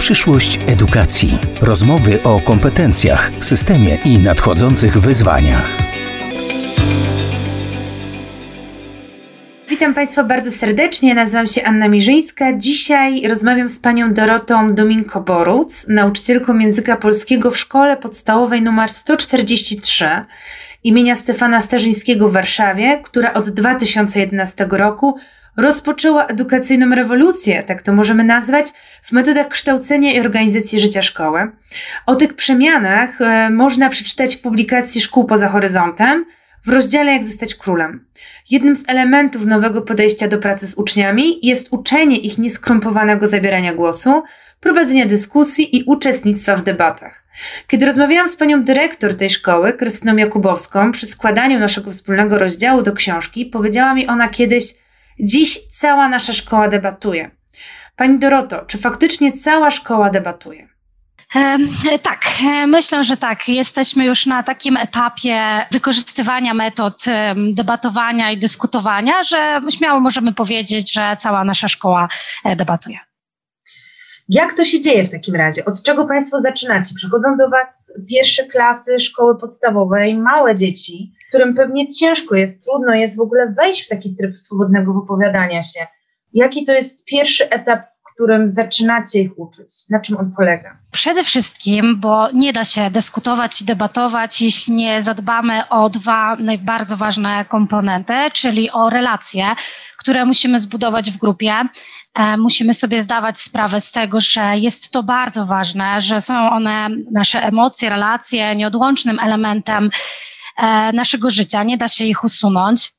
Przyszłość edukacji. Rozmowy o kompetencjach, systemie i nadchodzących wyzwaniach. Witam Państwa bardzo serdecznie, nazywam się Anna Mirzyńska. Dzisiaj rozmawiam z panią Dorotą Dominko-Boruc, nauczycielką języka polskiego w Szkole Podstawowej nr 143 imienia Stefana Starzyńskiego w Warszawie, która od 2011 roku rozpoczęła edukacyjną rewolucję, tak to możemy nazwać, w metodach kształcenia i organizacji życia szkoły. O tych przemianach można przeczytać w publikacji Szkół poza horyzontem w rozdziale Jak zostać królem. Jednym z elementów nowego podejścia do pracy z uczniami jest uczenie ich nieskrępowanego zabierania głosu, prowadzenia dyskusji i uczestnictwa w debatach. Kiedy rozmawiałam z panią dyrektor tej szkoły, Krystyną Jakubowską, przy składaniu naszego wspólnego rozdziału do książki, powiedziała mi ona kiedyś: dziś cała nasza szkoła debatuje. Pani Doroto, czy faktycznie cała szkoła debatuje? Tak, myślę, że tak. Jesteśmy już na takim etapie wykorzystywania metod debatowania i dyskutowania, że śmiało możemy powiedzieć, że cała nasza szkoła debatuje. Jak to się dzieje w takim razie? Od czego Państwo zaczynacie? Przychodzą do Was pierwsze klasy szkoły podstawowej, małe dzieci, którym pewnie ciężko jest, trudno jest w ogóle wejść w taki tryb swobodnego wypowiadania się. Jaki to jest pierwszy etap, w którym zaczynacie ich uczyć? Na czym on polega? Przede wszystkim, bo nie da się dyskutować i debatować, jeśli nie zadbamy o dwa bardzo ważne komponenty, czyli o relacje, które musimy zbudować w grupie. Musimy sobie zdawać sprawę z tego, że jest to bardzo ważne, że są one, nasze emocje, relacje, nieodłącznym elementem naszego życia. Nie da się ich usunąć.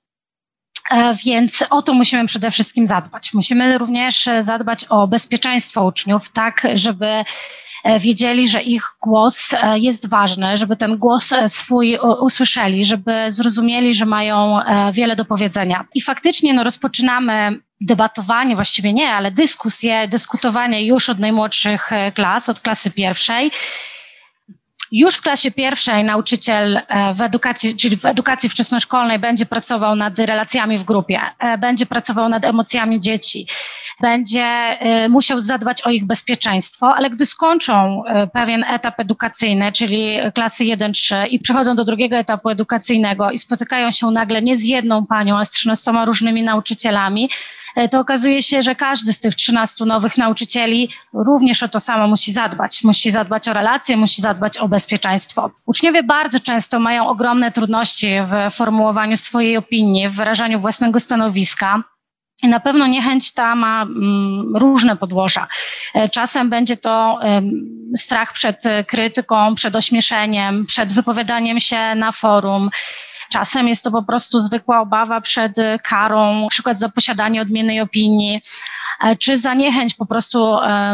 Więc o to musimy przede wszystkim zadbać. Musimy również zadbać o bezpieczeństwo uczniów, tak żeby wiedzieli, że ich głos jest ważny, żeby ten głos swój usłyszeli, żeby zrozumieli, że mają wiele do powiedzenia. I faktycznie rozpoczynamy debatowanie, właściwie nie, ale dyskutowanie już od najmłodszych klas, od klasy pierwszej. Już w klasie pierwszej nauczyciel w edukacji, czyli w edukacji wczesnoszkolnej będzie pracował nad relacjami w grupie, będzie pracował nad emocjami dzieci, będzie musiał zadbać o ich bezpieczeństwo, ale gdy skończą pewien etap edukacyjny, czyli klasy 1-3 i przechodzą do drugiego etapu edukacyjnego i spotykają się nagle nie z jedną panią, a z 13 różnymi nauczycielami, to okazuje się, że każdy z tych 13 nowych nauczycieli również o to samo musi zadbać. Musi zadbać o relacje, musi zadbać o bezpieczeństwo. Uczniowie bardzo często mają ogromne trudności w formułowaniu swojej opinii, w wyrażaniu własnego stanowiska. I na pewno niechęć ta ma różne podłoża. Czasem będzie to strach przed krytyką, przed ośmieszeniem, przed wypowiadaniem się na forum. Czasem jest to po prostu zwykła obawa przed karą, na przykład za posiadanie odmiennej opinii, czy za niechęć po prostu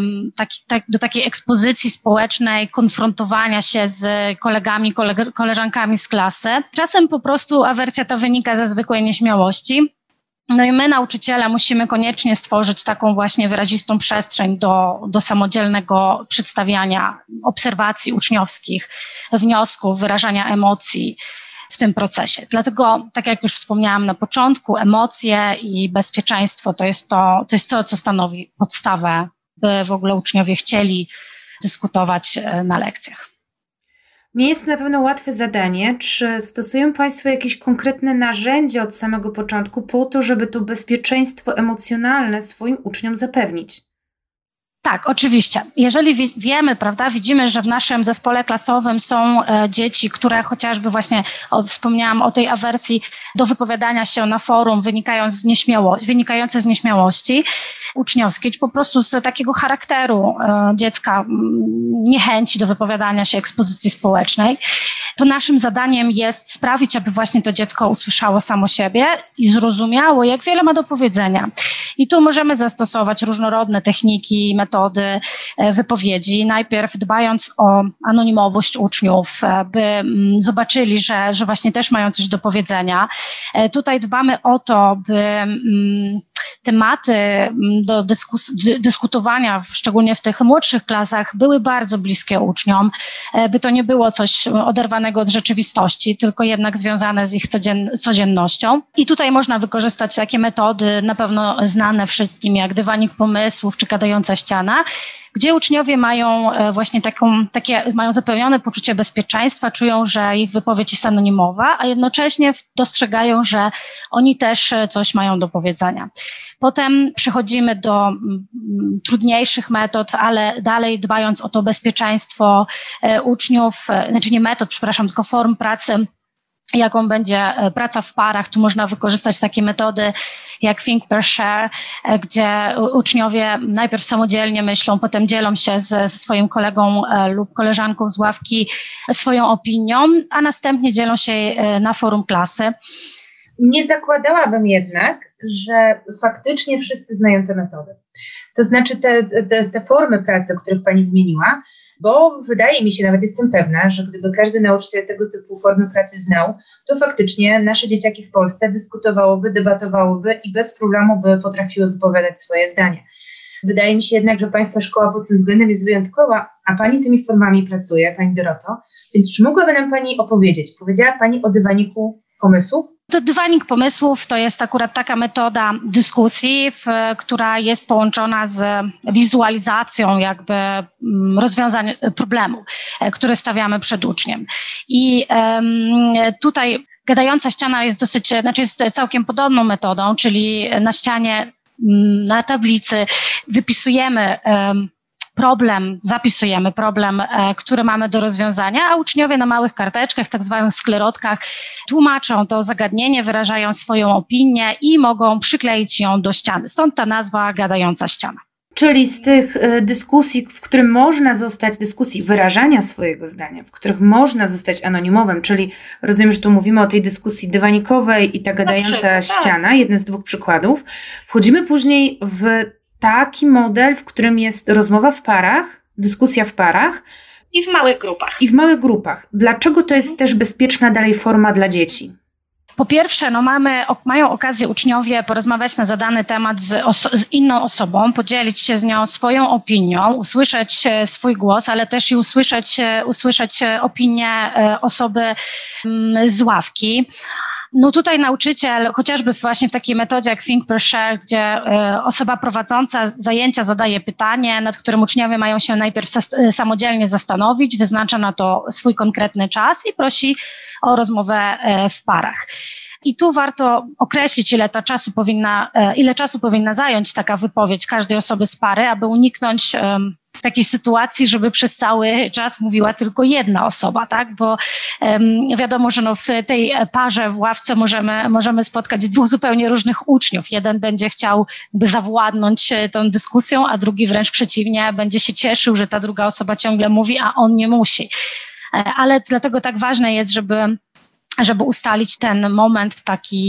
do takiej ekspozycji społecznej, konfrontowania się z kolegami, koleżankami z klasy. Czasem po prostu awersja ta wynika ze zwykłej nieśmiałości. No i my, nauczyciele, musimy koniecznie stworzyć taką właśnie wyrazistą przestrzeń do samodzielnego przedstawiania obserwacji uczniowskich, wniosków, wyrażania emocji w tym procesie. Dlatego, tak jak już wspomniałam na początku, emocje i bezpieczeństwo to jest to, co stanowi podstawę, by w ogóle uczniowie chcieli dyskutować na lekcjach. Nie jest na pewno łatwe zadanie. Czy stosują Państwo jakieś konkretne narzędzia od samego początku po to, żeby to bezpieczeństwo emocjonalne swoim uczniom zapewnić? Tak, oczywiście. Jeżeli wiemy, prawda, widzimy, że w naszym zespole klasowym są dzieci, które chociażby właśnie wspomniałam o tej awersji do wypowiadania się na forum wynikające z nieśmiałości uczniowskiej, czy po prostu z takiego charakteru dziecka, niechęci do wypowiadania się, ekspozycji społecznej, to naszym zadaniem jest sprawić, aby właśnie to dziecko usłyszało samo siebie i zrozumiało, jak wiele ma do powiedzenia. I tu możemy zastosować różnorodne techniki, metody wypowiedzi. Najpierw dbając o anonimowość uczniów, by zobaczyli, że właśnie też mają coś do powiedzenia. Tutaj dbamy o to, by tematy do dyskutowania, szczególnie w tych młodszych klasach, były bardzo bliskie uczniom, by to nie było coś oderwanego od rzeczywistości, tylko jednak związane z ich codziennością. I tutaj można wykorzystać takie metody na pewno znane wszystkim, jak dywanik pomysłów czy gadająca ściana. ściana, gdzie uczniowie mają właśnie mają zapewnione poczucie bezpieczeństwa, czują, że ich wypowiedź jest anonimowa, a jednocześnie dostrzegają, że oni też coś mają do powiedzenia. Potem przechodzimy do trudniejszych metod, ale dalej dbając o to bezpieczeństwo uczniów, tylko form pracy, jaką będzie praca w parach. Tu można wykorzystać takie metody jak Think Per Share, gdzie uczniowie najpierw samodzielnie myślą, potem dzielą się ze swoim kolegą lub koleżanką z ławki swoją opinią, a następnie dzielą się na forum klasy. Nie zakładałabym jednak, że faktycznie wszyscy znają te metody. To znaczy te formy pracy, o których Pani wymieniła, bo wydaje mi się, nawet jestem pewna, że gdyby każdy nauczyciel tego typu formy pracy znał, to faktycznie nasze dzieciaki w Polsce dyskutowałyby, debatowałyby i bez problemu by potrafiły wypowiadać swoje zdanie. Wydaje mi się jednak, że Państwa szkoła pod tym względem jest wyjątkowa, a Pani tymi formami pracuje, Pani Doroto, więc czy mogłaby nam Pani opowiedzieć? Powiedziała Pani o dywaniku pomysłów? To dywanik pomysłów to jest akurat taka metoda dyskusji, która jest połączona z wizualizacją jakby rozwiązań problemu, które stawiamy przed uczniem. I tutaj gadająca ściana jest jest całkiem podobną metodą, czyli na ścianie, na tablicy wypisujemy zapisujemy problem, który mamy do rozwiązania, a uczniowie na małych karteczkach, tak zwanych sklerotkach, tłumaczą to zagadnienie, wyrażają swoją opinię i mogą przykleić ją do ściany. Stąd ta nazwa gadająca ściana. Czyli z tych dyskusji, w którym można zostać, dyskusji wyrażania swojego zdania, w których można zostać anonimowym, czyli rozumiem, że tu mówimy o tej dyskusji dywanikowej i ta gadająca ściana, jeden z dwóch przykładów. Wchodzimy później w taki model, w którym jest rozmowa w parach, dyskusja w parach. I w małych grupach. I w małych grupach. Dlaczego to jest też bezpieczna dalej forma dla dzieci? Po pierwsze, mają okazję uczniowie porozmawiać na zadany temat z inną osobą, podzielić się z nią swoją opinią, usłyszeć swój głos, ale też i usłyszeć opinię osoby z ławki. No tutaj nauczyciel, chociażby właśnie w takiej metodzie jak Think Per Share, gdzie osoba prowadząca zajęcia zadaje pytanie, nad którym uczniowie mają się najpierw samodzielnie zastanowić, wyznacza na to swój konkretny czas i prosi o rozmowę w parach. I tu warto określić, ile czasu powinna zająć taka wypowiedź każdej osoby z pary, aby uniknąć takiej sytuacji, żeby przez cały czas mówiła tylko jedna osoba, tak? Bo wiadomo, że w tej parze w ławce możemy spotkać dwóch zupełnie różnych uczniów. Jeden będzie chciał zawładnąć tą dyskusją, a drugi wręcz przeciwnie, będzie się cieszył, że ta druga osoba ciągle mówi, a on nie musi. Ale dlatego tak ważne jest, żeby ustalić ten moment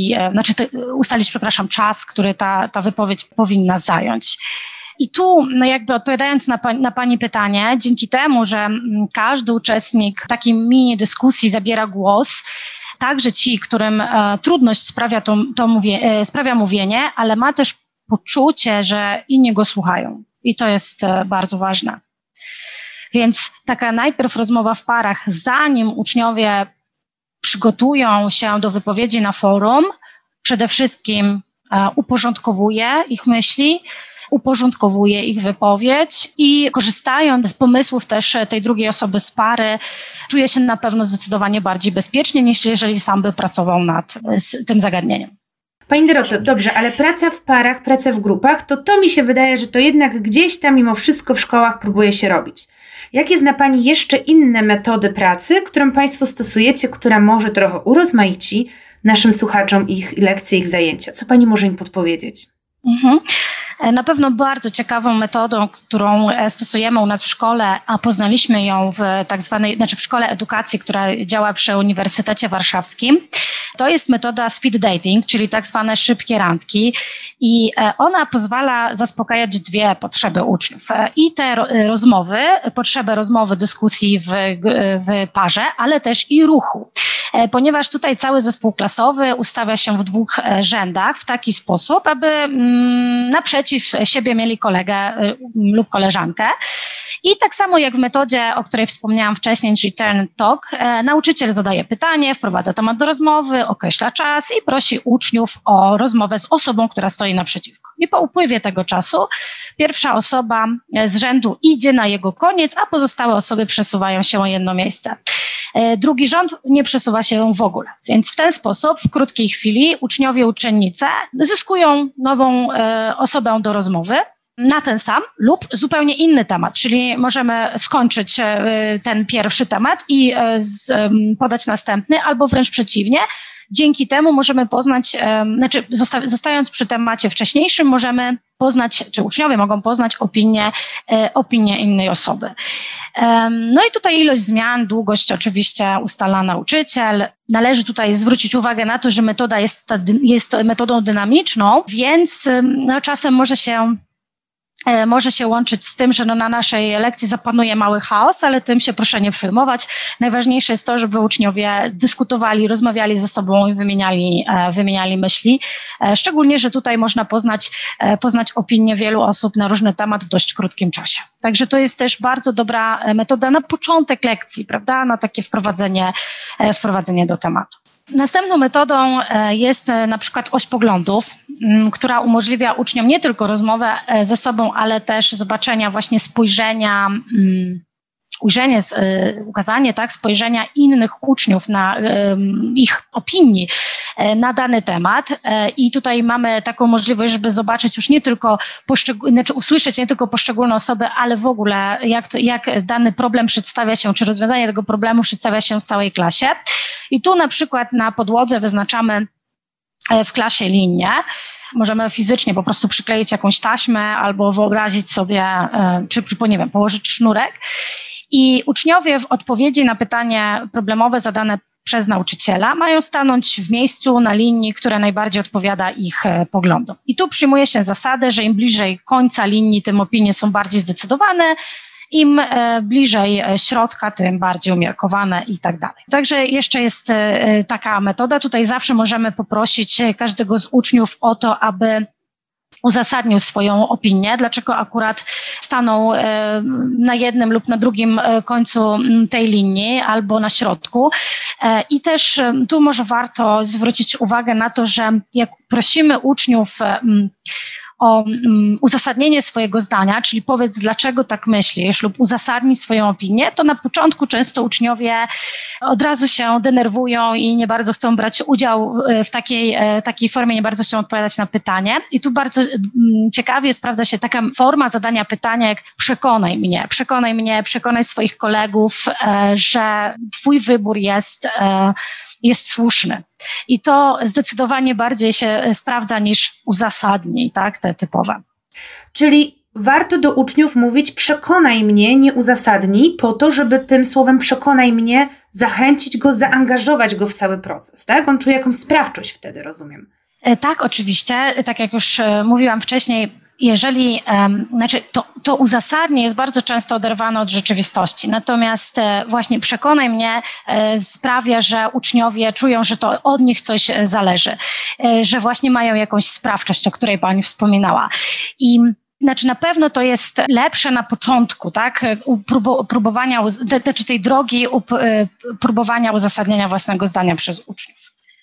czas, który ta wypowiedź powinna zająć. I tu, jakby odpowiadając na Pani pytanie, dzięki temu, że każdy uczestnik takiej mini dyskusji zabiera głos, także ci, którym trudność sprawia mówienie, ale ma też poczucie, że inni go słuchają. I to jest bardzo ważne. Więc taka najpierw rozmowa w parach, zanim uczniowie przygotują się do wypowiedzi na forum, przede wszystkim uporządkowuje ich myśli, uporządkowuje ich wypowiedź i korzystając z pomysłów też tej drugiej osoby z pary, czuje się na pewno zdecydowanie bardziej bezpiecznie, niż jeżeli sam by pracował nad tym zagadnieniem. Pani Doroto, dobrze, ale praca w parach, praca w grupach, to mi się wydaje, że to jednak gdzieś tam mimo wszystko w szkołach próbuje się robić. Jakie zna Pani jeszcze inne metody pracy, którą Państwo stosujecie, która może trochę urozmaici naszym słuchaczom ich lekcje, ich zajęcia? Co Pani może im podpowiedzieć? Na pewno bardzo ciekawą metodą, którą stosujemy u nas w szkole, a poznaliśmy ją w Szkole Edukacji, która działa przy Uniwersytecie Warszawskim, to jest metoda speed dating, czyli tak zwane szybkie randki i ona pozwala zaspokajać dwie potrzeby uczniów. I te potrzebę rozmowy, dyskusji w parze, ale też i ruchu. Ponieważ tutaj cały zespół klasowy ustawia się w dwóch rzędach w taki sposób, aby naprzeciw siebie mieli kolegę lub koleżankę. I tak samo jak w metodzie, o której wspomniałam wcześniej, czyli turn and talk, nauczyciel zadaje pytanie, wprowadza temat do rozmowy, określa czas i prosi uczniów o rozmowę z osobą, która stoi naprzeciwko. I po upływie tego czasu pierwsza osoba z rzędu idzie na jego koniec, a pozostałe osoby przesuwają się o jedno miejsce. Drugi rząd nie przesuwa się w ogóle, więc w ten sposób w krótkiej chwili uczniowie, uczennice zyskują nową osobę do rozmowy na ten sam lub zupełnie inny temat, czyli możemy skończyć ten pierwszy temat i podać następny, albo wręcz przeciwnie. Dzięki temu możemy poznać, zostając przy temacie wcześniejszym, możemy poznać, czy uczniowie mogą poznać opinię innej osoby. No i tutaj ilość zmian, długość oczywiście ustala nauczyciel. Należy tutaj zwrócić uwagę na to, że metoda jest metodą dynamiczną, więc czasem może się łączyć z tym, że na naszej lekcji zapanuje mały chaos, ale tym się proszę nie przejmować. Najważniejsze jest to, żeby uczniowie dyskutowali, rozmawiali ze sobą i wymieniali myśli. Szczególnie, że tutaj można poznać opinię wielu osób na różny temat w dość krótkim czasie. Także to jest też bardzo dobra metoda na początek lekcji, prawda? Na takie wprowadzenie do tematu. Następną metodą jest na przykład oś poglądów, która umożliwia uczniom nie tylko rozmowę ze sobą, ale też zobaczenia właśnie ukazanie spojrzenia innych uczniów na ich opinii na dany temat. I tutaj mamy taką możliwość, żeby zobaczyć już nie tylko usłyszeć nie tylko poszczególne osoby, ale w ogóle jak dany problem przedstawia się, czy rozwiązanie tego problemu przedstawia się w całej klasie. I tu na przykład na podłodze wyznaczamy w klasie linię. Możemy fizycznie po prostu przykleić jakąś taśmę albo wyobrazić sobie, czy nie wiem, położyć sznurek. I uczniowie w odpowiedzi na pytanie problemowe zadane przez nauczyciela mają stanąć w miejscu na linii, która najbardziej odpowiada ich poglądom. I tu przyjmuje się zasadę, że im bliżej końca linii, tym opinie są bardziej zdecydowane, im bliżej środka, tym bardziej umiarkowane i tak dalej. Także jeszcze jest taka metoda. Tutaj zawsze możemy poprosić każdego z uczniów o to, aby uzasadnił swoją opinię, dlaczego akurat stanął na jednym lub na drugim końcu tej linii albo na środku. I też tu może warto zwrócić uwagę na to, że jak prosimy uczniów o uzasadnienie swojego zdania, czyli powiedz, dlaczego tak myślisz lub uzasadnij swoją opinię, to na początku często uczniowie od razu się denerwują i nie bardzo chcą brać udziału w takiej formie, nie bardzo chcą odpowiadać na pytanie. I tu bardzo ciekawie sprawdza się taka forma zadania pytania jak przekonaj mnie, przekonaj swoich kolegów, że twój wybór jest słuszny. I to zdecydowanie bardziej się sprawdza niż uzasadnij, tak, te typowe. Czyli warto do uczniów mówić przekonaj mnie, nie uzasadnij, po to, żeby tym słowem przekonaj mnie zachęcić go, zaangażować go w cały proces, tak? On czuje jakąś sprawczość wtedy, rozumiem. Tak, oczywiście. Tak jak już mówiłam wcześniej, jeżeli, to uzasadnienie jest bardzo często oderwane od rzeczywistości. Natomiast właśnie przekonaj mnie sprawia, że uczniowie czują, że to od nich coś zależy, że właśnie mają jakąś sprawczość, o której pani wspominała. I na pewno to jest lepsze na początku, tak? Próbowania, tej drogi próbowania uzasadnienia własnego zdania przez uczniów.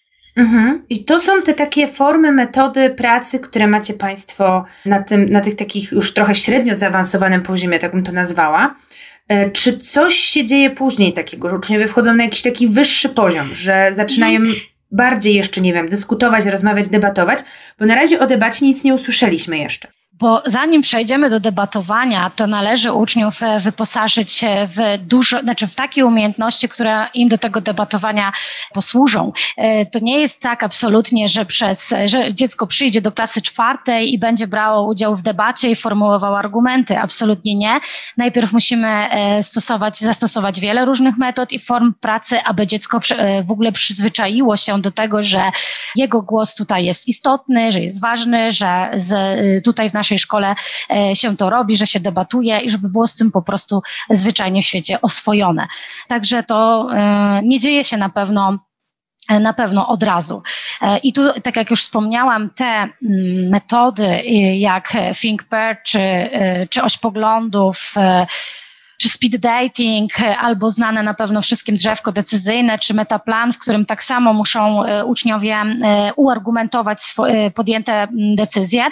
I to są te takie formy, metody pracy, które macie Państwo na tych takich już trochę średnio zaawansowanym poziomie, tak bym to nazwała. Czy coś się dzieje później takiego, że uczniowie wchodzą na jakiś taki wyższy poziom, że zaczynają bardziej jeszcze, nie wiem, dyskutować, rozmawiać, debatować, bo na razie o debacie nic nie usłyszeliśmy jeszcze. Bo zanim przejdziemy do debatowania, to należy uczniów wyposażyć w takie umiejętności, które im do tego debatowania posłużą. To nie jest tak absolutnie, że dziecko przyjdzie do klasy 4 i będzie brało udział w debacie i formułowało argumenty. Absolutnie nie. Najpierw musimy zastosować wiele różnych metod i form pracy, aby dziecko w ogóle przyzwyczaiło się do tego, że jego głos tutaj jest istotny, że jest ważny, że tutaj w naszej szkole się to robi, że się debatuje i żeby było z tym po prostu zwyczajnie w świecie oswojone. Także to nie dzieje się na pewno na pewno od razu. I tu, tak jak już wspomniałam, te metody jak Think Pair, czy oś poglądów, czy speed dating, albo znane na pewno wszystkim drzewko decyzyjne, czy metaplan, w którym tak samo muszą uczniowie uargumentować podjęte decyzje,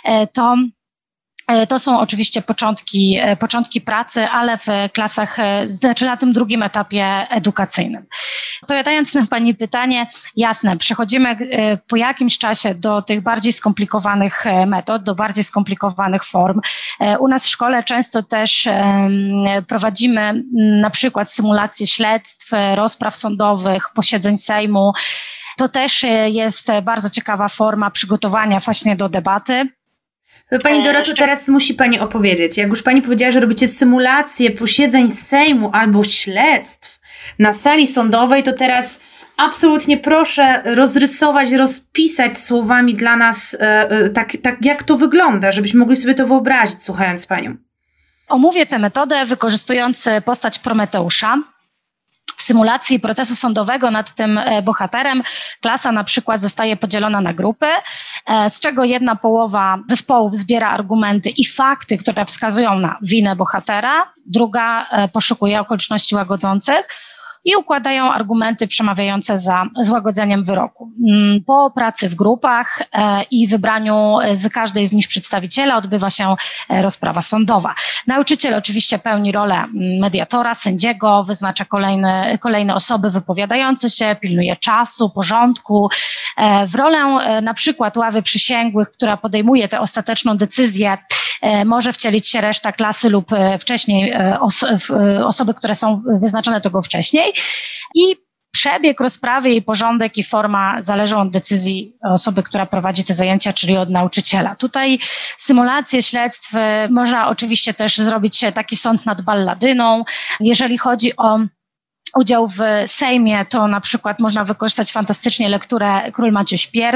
to są oczywiście początki pracy, ale w klasach, znaczy na tym drugim etapie edukacyjnym. Odpowiadając na Pani pytanie, jasne, przechodzimy po jakimś czasie do tych bardziej skomplikowanych metod, do bardziej skomplikowanych form. U nas w szkole często też prowadzimy na przykład symulacje śledztw, rozpraw sądowych, posiedzeń Sejmu. To też jest bardzo ciekawa forma przygotowania właśnie do debaty. Pani Doroto, teraz musi Pani opowiedzieć. Jak już Pani powiedziała, że robicie symulacje posiedzeń Sejmu albo śledztw na sali sądowej, to teraz absolutnie proszę rozrysować, rozpisać słowami dla nas tak jak to wygląda, żebyśmy mogli sobie to wyobrazić, słuchając Panią. Omówię tę metodę wykorzystując postać Prometeusza. W symulacji procesu sądowego nad tym bohaterem klasa na przykład zostaje podzielona na grupy, z czego jedna połowa zespołów zbiera argumenty i fakty, które wskazują na winę bohatera, druga poszukuje okoliczności łagodzących i układają argumenty przemawiające za złagodzeniem wyroku. Po pracy w grupach i wybraniu z każdej z nich przedstawiciela odbywa się rozprawa sądowa. Nauczyciel oczywiście pełni rolę mediatora, sędziego, wyznacza kolejne osoby wypowiadające się, pilnuje czasu, porządku. W rolę na przykład ławy przysięgłych, która podejmuje tę ostateczną decyzję, może wcielić się reszta klasy lub wcześniej osoby, które są wyznaczone tego wcześniej. I przebieg rozprawy, jej porządek i forma zależą od decyzji osoby, która prowadzi te zajęcia, czyli od nauczyciela. Tutaj symulacje śledztw można oczywiście też zrobić taki sąd nad balladyną. Jeżeli chodzi o udział w Sejmie, to na przykład można wykorzystać fantastycznie lekturę Król Maciuś I.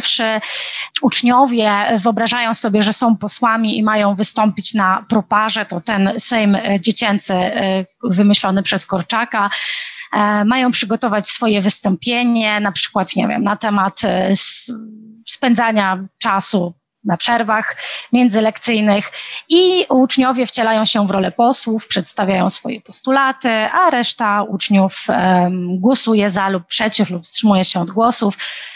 Uczniowie wyobrażają sobie, że są posłami i mają wystąpić na proparze, to ten Sejm dziecięcy wymyślony przez Korczaka. Mają przygotować swoje wystąpienie, na przykład, nie wiem, na temat spędzania czasu na przerwach międzylekcyjnych i uczniowie wcielają się w rolę posłów, przedstawiają swoje postulaty, a reszta uczniów głosuje za lub przeciw lub wstrzymuje się od głosów.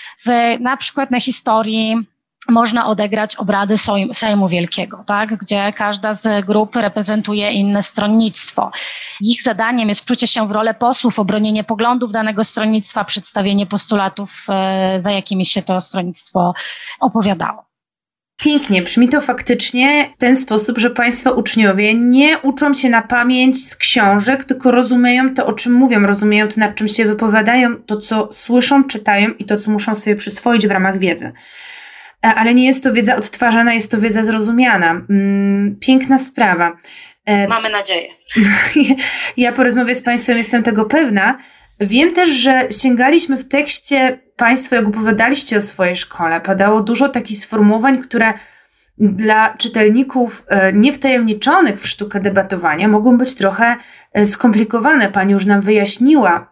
Na przykład na historii można odegrać obrady Sejmu Wielkiego, tak? Gdzie każda z grup reprezentuje inne stronnictwo. Ich zadaniem jest wczucie się w rolę posłów, obronienie poglądów danego stronnictwa, przedstawienie postulatów, za jakimi się to stronnictwo opowiadało. Pięknie, brzmi to faktycznie w ten sposób, że Państwo uczniowie nie uczą się na pamięć z książek, tylko rozumieją to, o czym mówią, rozumieją to, nad czym się wypowiadają, to, co słyszą, czytają i to, co muszą sobie przyswoić w ramach wiedzy. Ale nie jest to wiedza odtwarzana, jest to wiedza zrozumiana. Piękna sprawa. Mamy nadzieję. Ja po rozmowie z Państwem jestem tego pewna. Wiem też, że sięgaliśmy w tekście, Państwo jak opowiadaliście o swojej szkole, padało dużo takich sformułowań, które dla czytelników niewtajemniczonych w sztukę debatowania mogą być trochę skomplikowane. Pani już nam wyjaśniła,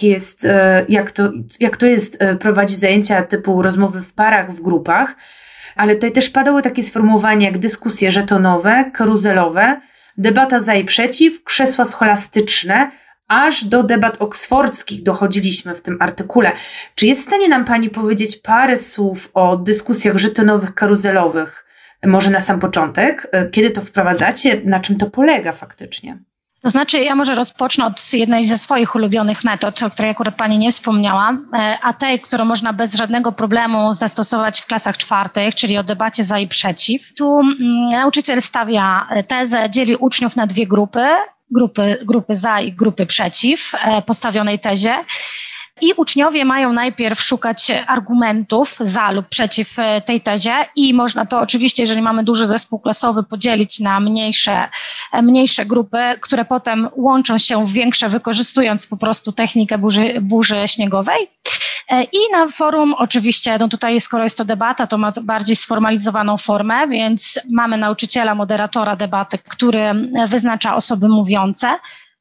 jak to jest prowadzić zajęcia typu rozmowy w parach, w grupach, ale tutaj też padały takie sformułowania jak dyskusje żetonowe, karuzelowe, debata za i przeciw, krzesła scholastyczne, aż do debat oksfordzkich dochodziliśmy w tym artykule. Czy jest w stanie nam Pani powiedzieć parę słów o dyskusjach żetonowych, karuzelowych, może na sam początek? Kiedy to wprowadzacie? Na czym to polega faktycznie? To znaczy, ja może rozpocznę od jednej ze swoich ulubionych metod, o której akurat Pani nie wspomniała, a tej, którą można bez żadnego problemu zastosować w klasach czwartych, czyli o debacie za i przeciw. Tu nauczyciel stawia tezę, dzieli uczniów na dwie grupy za i grupy przeciw postawionej tezie. I uczniowie mają najpierw szukać argumentów za lub przeciw tej tezie i można to oczywiście, jeżeli mamy duży zespół klasowy, podzielić na mniejsze grupy, które potem łączą się w większe, wykorzystując po prostu technikę burzy śniegowej. I na forum oczywiście, no tutaj skoro jest to debata, to ma bardziej sformalizowaną formę, więc mamy nauczyciela, moderatora debaty, który wyznacza osoby mówiące.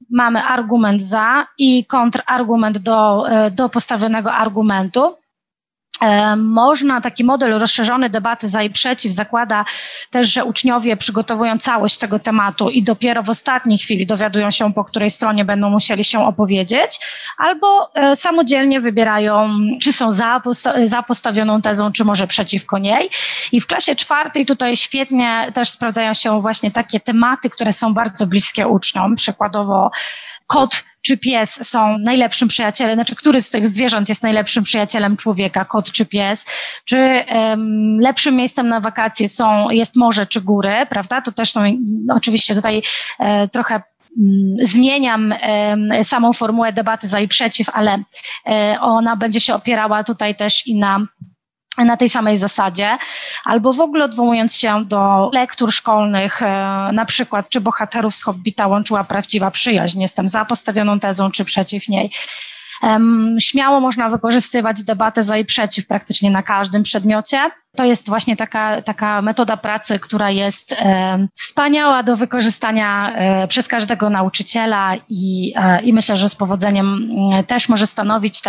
mamy argument za i kontrargument do postawionego argumentu. Można, taki model rozszerzony debaty za i przeciw zakłada też, że uczniowie przygotowują całość tego tematu i dopiero w ostatniej chwili dowiadują się, po której stronie będą musieli się opowiedzieć, albo samodzielnie wybierają, czy są za postawioną tezą, czy może przeciwko niej. I w klasie 4 tutaj świetnie też sprawdzają się właśnie takie tematy, które są bardzo bliskie uczniom, przykładowo kot czy pies są najlepszym przyjacielem, znaczy który z tych zwierząt jest najlepszym przyjacielem człowieka, kot czy pies, czy lepszym miejscem na wakacje jest morze czy góry, prawda? To też są, oczywiście tutaj trochę zmieniam samą formułę debaty za i przeciw, ale ona będzie się opierała tutaj też i na tej samej zasadzie, albo w ogóle odwołując się do lektur szkolnych, na przykład, czy bohaterów z Hobbita łączyła prawdziwa przyjaźń, jestem za postawioną tezą, czy przeciw niej. Śmiało można wykorzystywać debatę za i przeciw praktycznie na każdym przedmiocie. To jest właśnie taka metoda pracy, która jest wspaniała do wykorzystania przez każdego nauczyciela i myślę, że z powodzeniem też może stanowić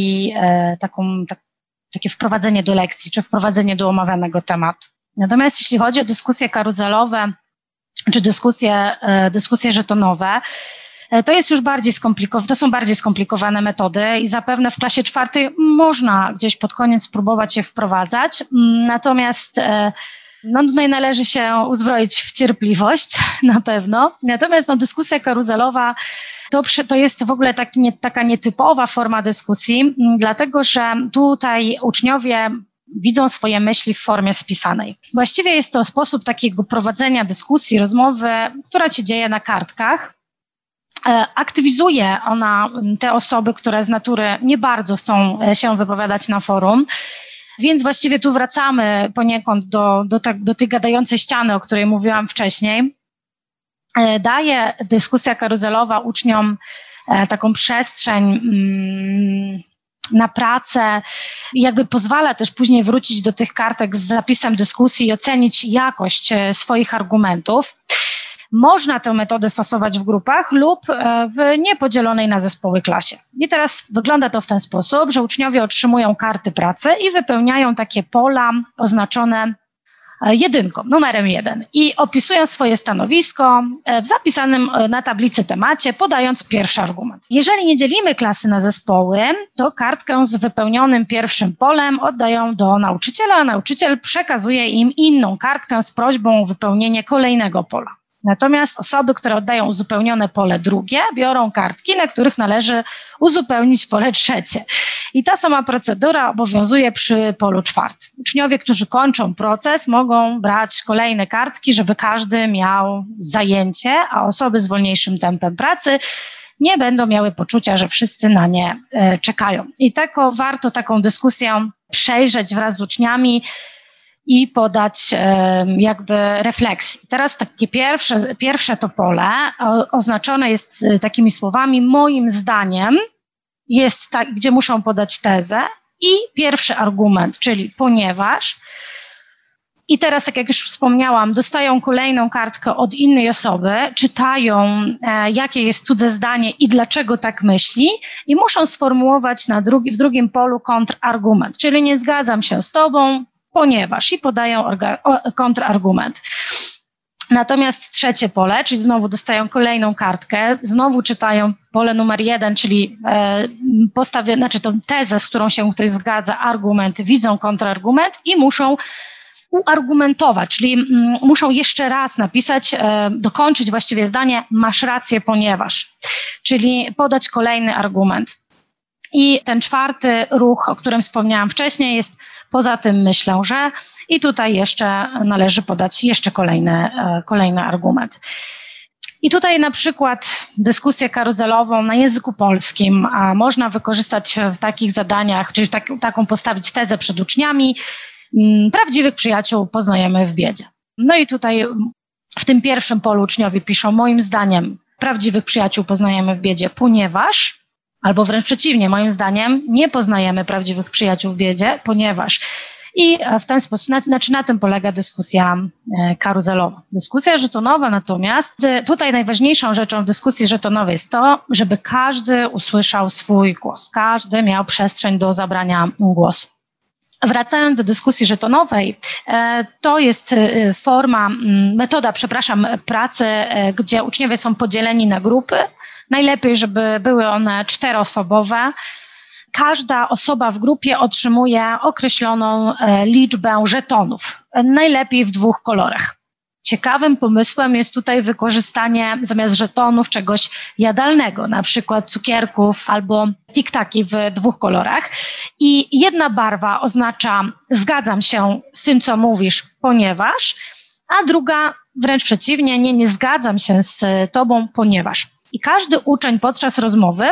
takie wprowadzenie do lekcji, czy wprowadzenie do omawianego tematu. Natomiast jeśli chodzi o dyskusje karuzelowe, czy dyskusje żetonowe, to jest już to są bardziej skomplikowane metody i zapewne w klasie 4 można gdzieś pod koniec spróbować je wprowadzać. Natomiast tutaj należy się uzbroić w cierpliwość na pewno. Natomiast dyskusja karuzelowa to jest w ogóle taka nietypowa forma dyskusji, dlatego że tutaj uczniowie widzą swoje myśli w formie spisanej. Właściwie jest to sposób takiego prowadzenia dyskusji, rozmowy, która się dzieje na kartkach. Aktywizuje ona te osoby, które z natury nie bardzo chcą się wypowiadać na forum. Więc właściwie tu wracamy poniekąd do tej gadającej ściany, o której mówiłam wcześniej. Daje dyskusja karuzelowa uczniom taką przestrzeń na pracę i jakby pozwala też później wrócić do tych kartek z zapisem dyskusji i ocenić jakość swoich argumentów. Można tę metodę stosować w grupach lub w niepodzielonej na zespoły klasie. I teraz wygląda to w ten sposób, że uczniowie otrzymują karty pracy i wypełniają takie pola oznaczone numerem 1 i opisują swoje stanowisko w zapisanym na tablicy temacie, podając pierwszy argument. Jeżeli nie dzielimy klasy na zespoły, to kartkę z wypełnionym pierwszym polem oddają do nauczyciela, a nauczyciel przekazuje im inną kartkę z prośbą o wypełnienie kolejnego pola. Natomiast osoby, które oddają uzupełnione pole drugie, biorą kartki, na których należy uzupełnić pole trzecie. I ta sama procedura obowiązuje przy polu 4. Uczniowie, którzy kończą proces, mogą brać kolejne kartki, żeby każdy miał zajęcie, a osoby z wolniejszym tempem pracy nie będą miały poczucia, że wszyscy na nie czekają. I warto taką dyskusję przejrzeć wraz z uczniami i podać jakby refleksji. Teraz takie pierwsze to pole oznaczone jest takimi słowami moim zdaniem, jest tak, gdzie muszą podać tezę i pierwszy argument, czyli ponieważ. I teraz, tak jak już wspomniałam, dostają kolejną kartkę od innej osoby, czytają, jakie jest cudze zdanie i dlaczego tak myśli i muszą sformułować w drugim polu kontrargument, czyli nie zgadzam się z tobą, ponieważ i podają kontrargument. Natomiast trzecie pole, czyli znowu dostają kolejną kartkę, znowu czytają pole numer 1, czyli tą tezę, z którą się ktoś zgadza, argument, widzą kontrargument i muszą uargumentować, czyli muszą jeszcze raz napisać, dokończyć właściwie zdanie, masz rację, ponieważ, czyli podać kolejny argument. I ten czwarty ruch, o którym wspomniałam wcześniej, jest poza tym myślę, że i tutaj jeszcze należy podać jeszcze kolejny argument. I tutaj na przykład dyskusję karuzelową na języku polskim można wykorzystać w takich zadaniach, czyli taką postawić tezę przed uczniami. Prawdziwych przyjaciół poznajemy w biedzie. No i tutaj w tym pierwszym polu uczniowie piszą, moim zdaniem prawdziwych przyjaciół poznajemy w biedzie, ponieważ, albo wręcz przeciwnie, moim zdaniem nie poznajemy prawdziwych przyjaciół w biedzie, ponieważ. I w ten sposób, na tym polega dyskusja karuzelowa. Dyskusja żetonowa natomiast, tutaj najważniejszą rzeczą w dyskusji żetonowej jest to, żeby każdy usłyszał swój głos, każdy miał przestrzeń do zabrania głosu. Wracając do dyskusji żetonowej, to jest metoda pracy, gdzie uczniowie są podzieleni na grupy. Najlepiej, żeby były one 4-osobowe. Każda osoba w grupie otrzymuje określoną liczbę żetonów, najlepiej w 2 kolorach. Ciekawym pomysłem jest tutaj wykorzystanie zamiast żetonów czegoś jadalnego, na przykład cukierków albo tiktaki w 2 kolorach. I jedna barwa oznacza zgadzam się z tym, co mówisz, ponieważ, a druga wręcz przeciwnie, nie zgadzam się z tobą, ponieważ. I każdy uczeń podczas rozmowy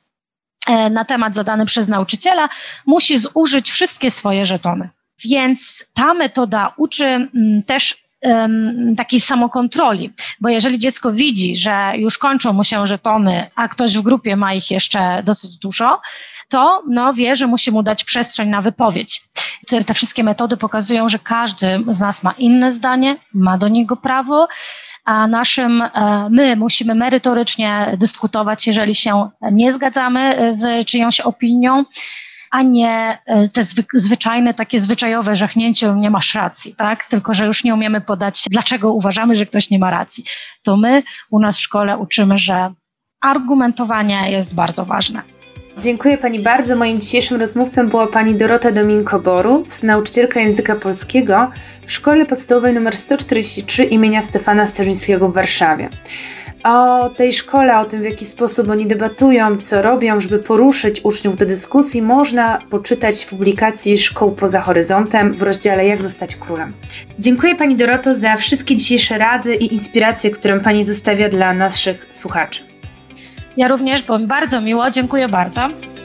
na temat zadany przez nauczyciela musi zużyć wszystkie swoje żetony. Więc ta metoda uczy też takiej samokontroli, bo jeżeli dziecko widzi, że już kończą mu się żetony, a ktoś w grupie ma ich jeszcze dosyć dużo, to wie, że musi mu dać przestrzeń na wypowiedź. Te wszystkie metody pokazują, że każdy z nas ma inne zdanie, ma do niego prawo, a my musimy merytorycznie dyskutować, jeżeli się nie zgadzamy z czyjąś opinią, a nie te zwyczajne, takie zwyczajowe żachnięcie, nie masz racji, tak? Tylko że już nie umiemy podać, dlaczego uważamy, że ktoś nie ma racji. To my u nas w szkole uczymy, że argumentowanie jest bardzo ważne. Dziękuję Pani bardzo. Moim dzisiejszym rozmówcą była Pani Dorota Dominko-Boruc, nauczycielka języka polskiego w Szkole Podstawowej nr 143 imienia Stefana Starzyńskiego w Warszawie. O tej szkole, o tym, w jaki sposób oni debatują, co robią, żeby poruszyć uczniów do dyskusji, można poczytać w publikacji Szkół poza horyzontem w rozdziale Jak zostać królem. Dziękuję Pani Doroto za wszystkie dzisiejsze rady i inspiracje, które Pani zostawia dla naszych słuchaczy. Ja również, bo mi bardzo miło. Dziękuję bardzo.